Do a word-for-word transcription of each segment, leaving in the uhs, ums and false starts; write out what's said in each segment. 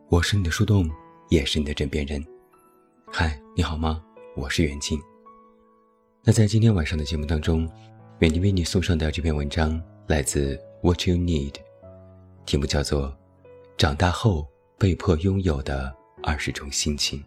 我是你的树洞，也是你的枕边人。嗨，你好吗？我是袁静。那在今天晚上的节目当中，袁静为你送上的这篇文章来自 What You Need， 题目叫做长大后被迫拥有的二十种心情。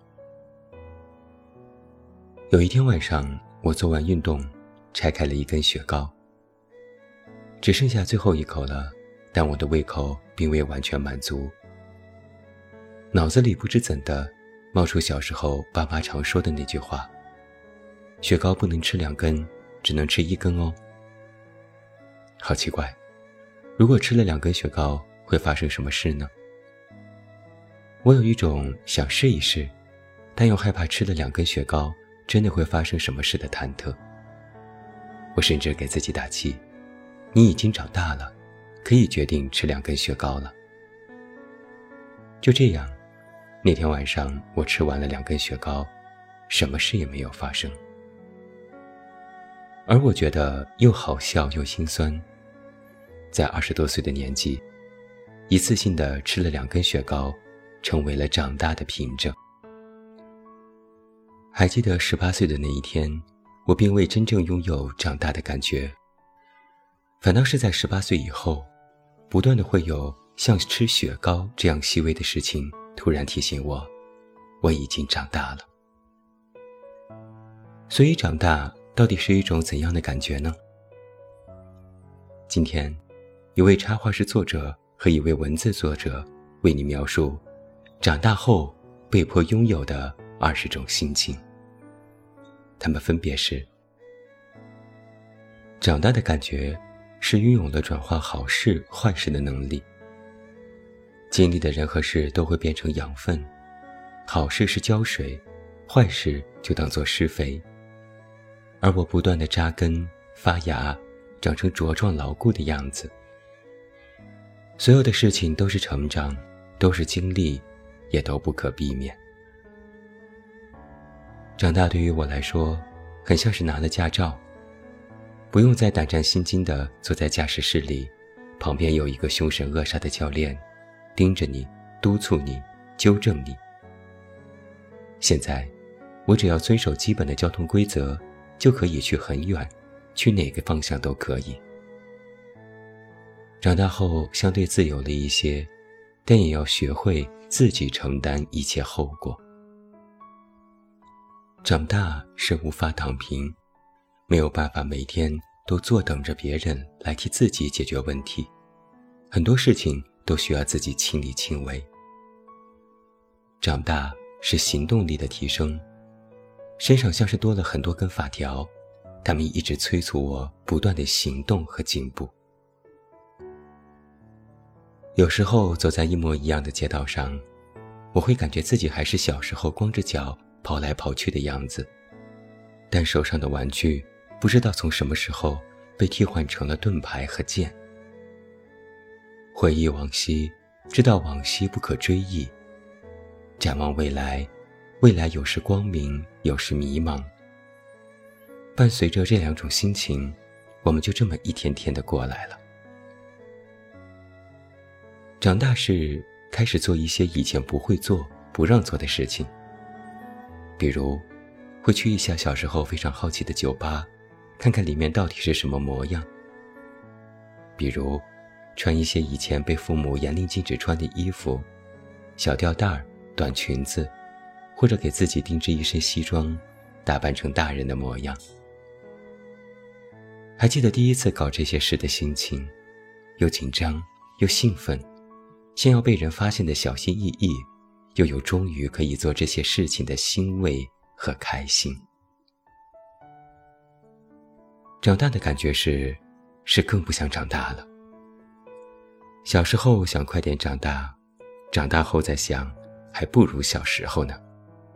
有一天晚上，我做完运动，拆开了一根雪糕，只剩下最后一口了，但我的胃口并未完全满足。脑子里不知怎的冒出小时候爸妈常说的那句话，雪糕不能吃两根，只能吃一根哦。好奇怪，如果吃了两根雪糕会发生什么事呢？我有一种想试一试，但又害怕吃了两根雪糕真的会发生什么事的忐忑。我甚至给自己打气，你已经长大了，可以决定吃两根雪糕了。就这样，那天晚上我吃完了两根雪糕，什么事也没有发生。而我觉得又好笑又心酸，在二十多岁的年纪，一次性的吃了两根雪糕，成为了长大的凭证。还记得十八岁的那一天，我并未真正拥有长大的感觉，反倒是在十八岁以后，不断的会有像吃雪糕这样细微的事情突然提醒我，我已经长大了。所以长大到底是一种怎样的感觉呢？今天，一位插画师作者和一位文字作者为你描述长大后被迫拥有的二十种心情。他们分别是：长大的感觉是拥有了转化好事坏事的能力。经历的人和事都会变成养分，好事是浇水，坏事就当作施肥。而我不断地扎根发芽，长成茁壮牢固的样子。所有的事情都是成长，都是经历，也都不可避免。长大对于我来说，很像是拿了驾照，不用再胆战心惊地坐在驾驶室里，旁边有一个凶神恶煞的教练盯着你，督促你，纠正你。现在我只要遵守基本的交通规则，就可以去很远，去哪个方向都可以。长大后相对自由了一些，但也要学会自己承担一切后果。长大是无法躺平，没有办法每天都坐等着别人来替自己解决问题，很多事情都需要自己亲力亲为。长大是行动力的提升，身上像是多了很多根发条，它们一直催促我不断的行动和进步。有时候走在一模一样的街道上，我会感觉自己还是小时候光着脚跑来跑去的样子，但手上的玩具不知道从什么时候被替换成了盾牌和剑。回忆往昔，知道往昔不可追忆，展望未来，未来有时光明，有时迷茫。伴随着这两种心情，我们就这么一天天的过来了。长大是开始做一些以前不会做、不让做的事情，比如会去一下小时候非常好奇的酒吧，看看里面到底是什么模样。比如穿一些以前被父母严令禁止穿的衣服，小吊带、短裙子，或者给自己定制一身西装，打扮成大人的模样。还记得第一次搞这些事的心情，又紧张又兴奋，先要被人发现的小心翼翼，又有终于可以做这些事情的欣慰和开心。长大的感觉是，是更不想长大了。小时候想快点长大，长大后再想，还不如小时候呢。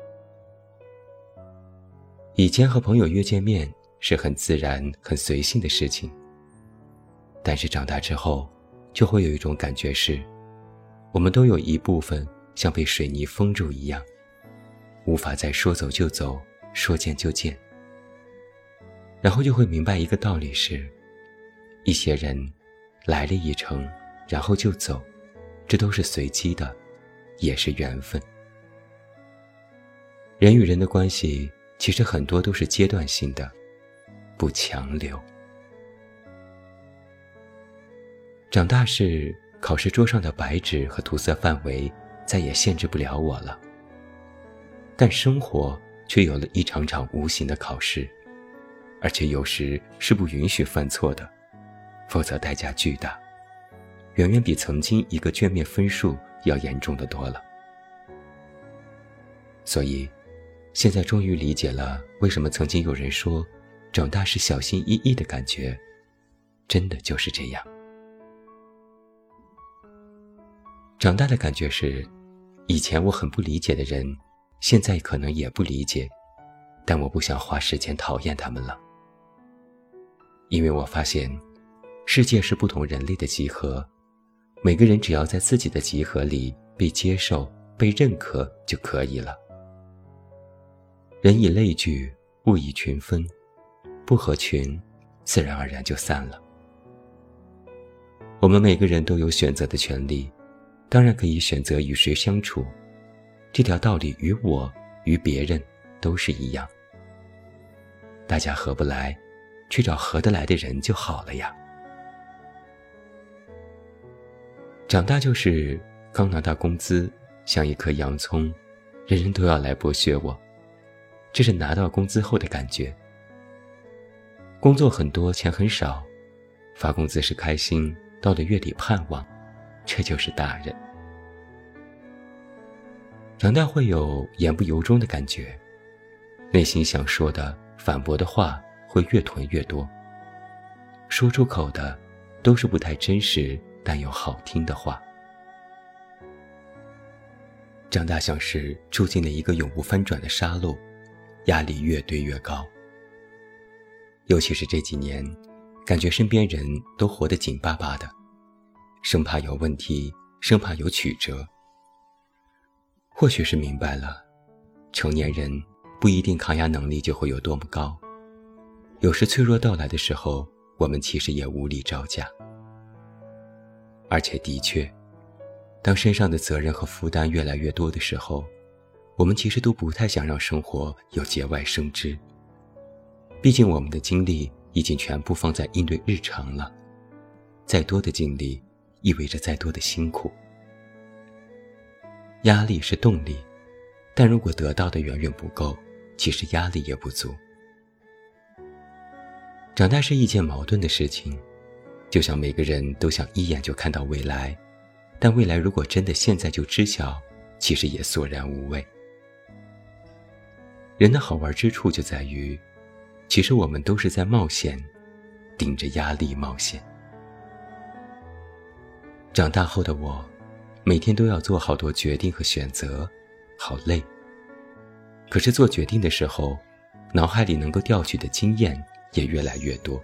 以前和朋友约见面是很自然、很随性的事情，但是长大之后，就会有一种感觉是，我们都有一部分像被水泥封住一样，无法再说走就走，说见就见。然后就会明白一个道理是，一些人来了一程，然后就走，这都是随机的， 也是缘分。人与人的关系其实很多都是阶段性的，不强留。长大时，考试桌上的白纸和涂色范围再也限制不了我了，但生活却有了一场场无形的考试，而且有时是不允许犯错的，否则代价巨大，远远比曾经一个卷面分数要严重的多了。所以现在终于理解了为什么曾经有人说长大是小心翼翼的感觉，真的就是这样。长大的感觉是，以前我很不理解的人，现在可能也不理解，但我不想花时间讨厌他们了。因为我发现，世界是不同人类的集合，每个人只要在自己的集合里被接受、被认可就可以了。人以类聚，物以群分，不合群，自然而然就散了。我们每个人都有选择的权利，当然可以选择与谁相处，这条道理于我于别人都是一样。大家合不来，去找合得来的人就好了呀。长大就是刚拿到工资，像一颗洋葱，人人都要来剥削我，这是拿到工资后的感觉。工作很多，钱很少，发工资是开心，到了月底盼望，这就是大人。长大会有言不由衷的感觉，内心想说的反驳的话会越囤越多，说出口的都是不太真实但又好听的话。长大像是住进了一个永不翻转的沙漏，压力越堆越高。尤其是这几年，感觉身边人都活得紧巴巴的，生怕有问题，生怕有曲折。或许是明白了，成年人不一定抗压能力就会有多么高，有时脆弱到来的时候，我们其实也无力招架。而且的确，当身上的责任和负担越来越多的时候，我们其实都不太想让生活有节外生枝。毕竟我们的精力已经全部放在应对日常了，再多的精力意味着再多的辛苦。压力是动力，但如果得到的远远不够，其实压力也不足。长大是一件矛盾的事情，就像每个人都想一眼就看到未来，但未来如果真的现在就知晓，其实也索然无味。人的好玩之处就在于，其实我们都是在冒险，顶着压力冒险。长大后的我，每天都要做好多决定和选择，好累。可是做决定的时候，脑海里能够调取的经验也越来越多。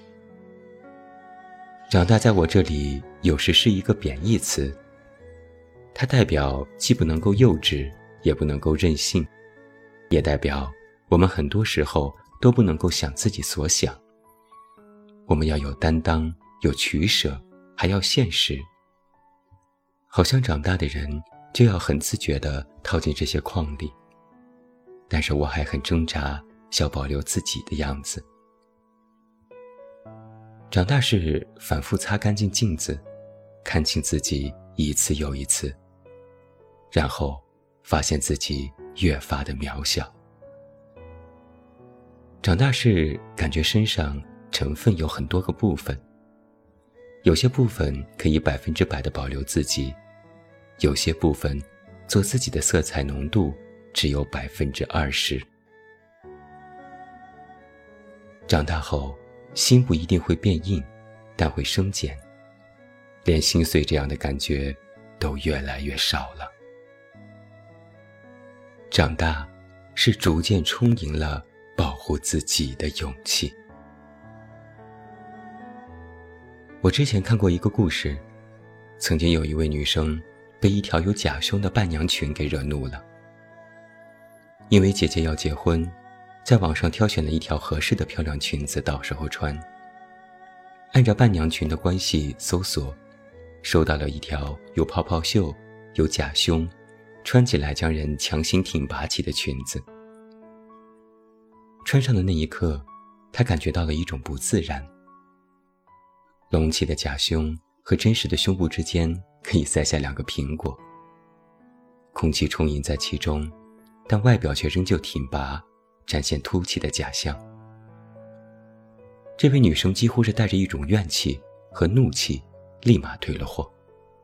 长大在我这里有时是一个贬义词，它代表既不能够幼稚，也不能够任性，也代表我们很多时候都不能够想自己所想。我们要有担当，有取舍，还要现实。好像长大的人就要很自觉地套进这些框里，但是我还很挣扎，想保留自己的样子。长大是反复擦干净镜子，看清自己一次又一次，然后发现自己越发的渺小。长大是感觉身上成分有很多个部分，有些部分可以百分之百的保留自己，有些部分做自己的色彩浓度只有百分之二十。长大后，心不一定会变硬，但会生茧，连心碎这样的感觉都越来越少了。长大是逐渐充盈了保护自己的勇气。我之前看过一个故事，曾经有一位女生被一条有假胸的伴娘裙给惹怒了。因为姐姐要结婚，在网上挑选了一条合适的漂亮裙子到时候穿。按照伴娘裙的关系搜索，收到了一条有泡泡袖、有假胸、 穿起来将人强行挺拔起的裙子。穿上的那一刻，她感觉到了一种不自然。隆起的假胸和真实的胸部之间可以塞下两个苹果，空气充盈在其中，但外表却仍旧挺拔，展现凸起的假象。这位女生几乎是带着一种怨气和怒气，立马退了货。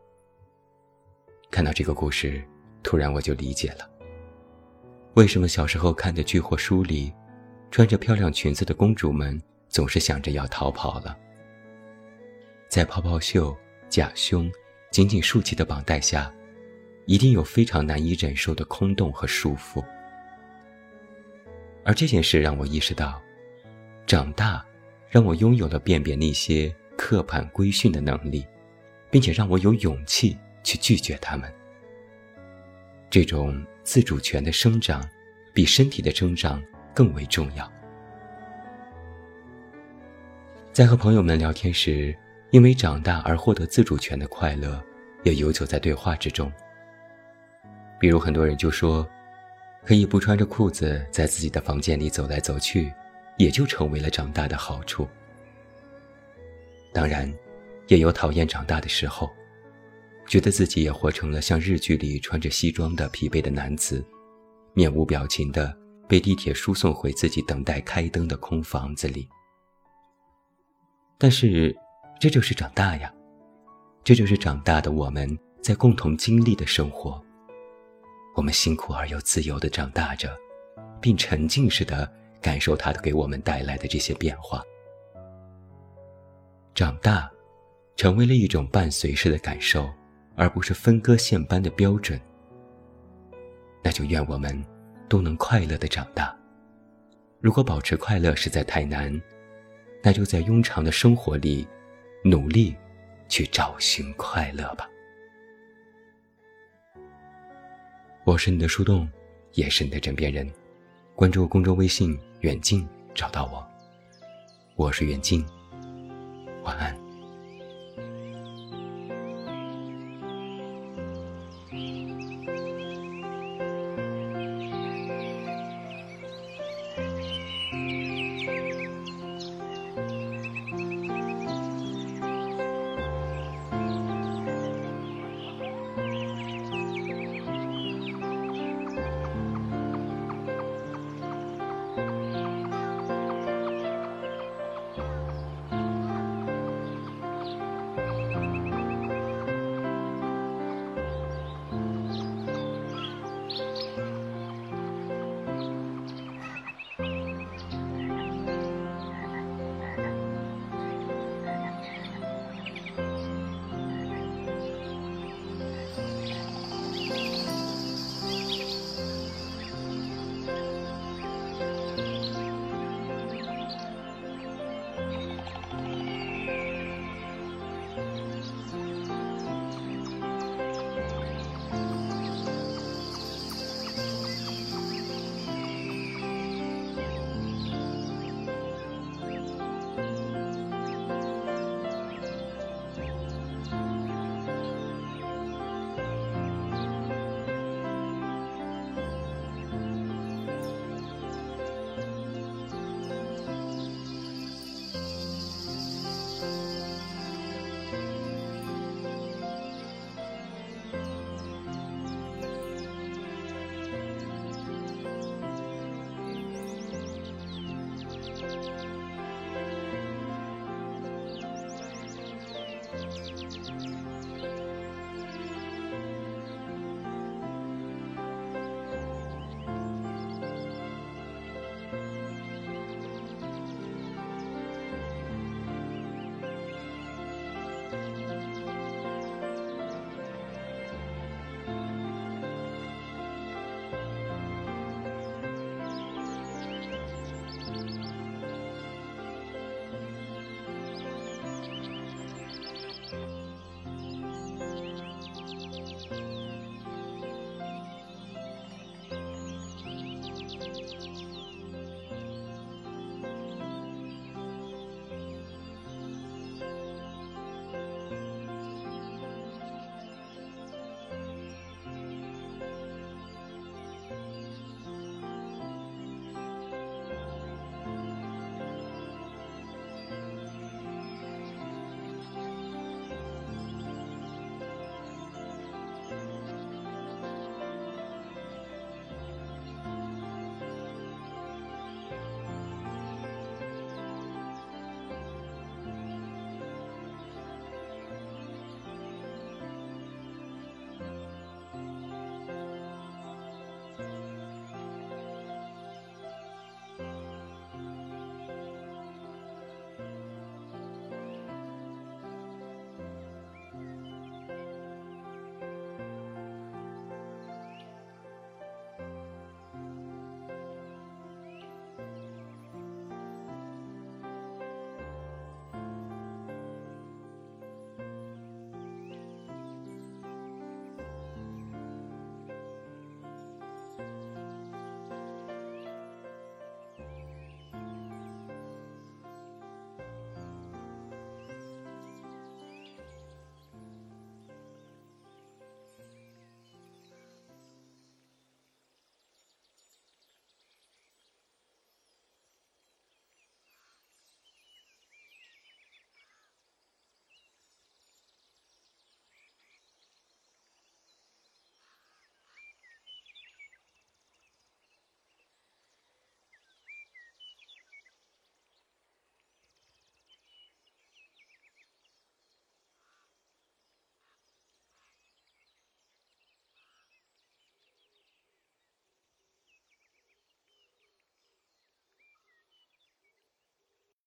看到这个故事，突然我就理解了，为什么小时候看的剧或书里，穿着漂亮裙子的公主们总是想着要逃跑了。在泡泡袖、假胸、紧紧竖起的绑带下，一定有非常难以忍受的空洞和束缚。而这件事让我意识到，长大让我拥有了辨别那些刻板规训的能力，并且让我有勇气去拒绝它们。这种自主权的生长，比身体的增长更为重要。在和朋友们聊天时，因为长大而获得自主权的快乐也游走在对话之中。比如很多人就说，可以不穿着裤子在自己的房间里走来走去，也就成为了长大的好处。当然，也有讨厌长大的时候，觉得自己也活成了像日剧里穿着西装的疲惫的男子，面无表情地被地铁输送回自己等待开灯的空房子里。但是这就是长大呀，这就是长大的我们在共同经历的生活。我们辛苦而又自由地长大着，并沉浸式地感受它给我们带来的这些变化。长大成为了一种伴随式的感受，而不是分割线般的标准。那就愿我们都能快乐地长大。如果保持快乐实在太难，那就在庸常的生活里努力去找寻快乐吧。我是你的树洞，也是你的枕边人。关注公众微信远近找到我。我是远近，晚安。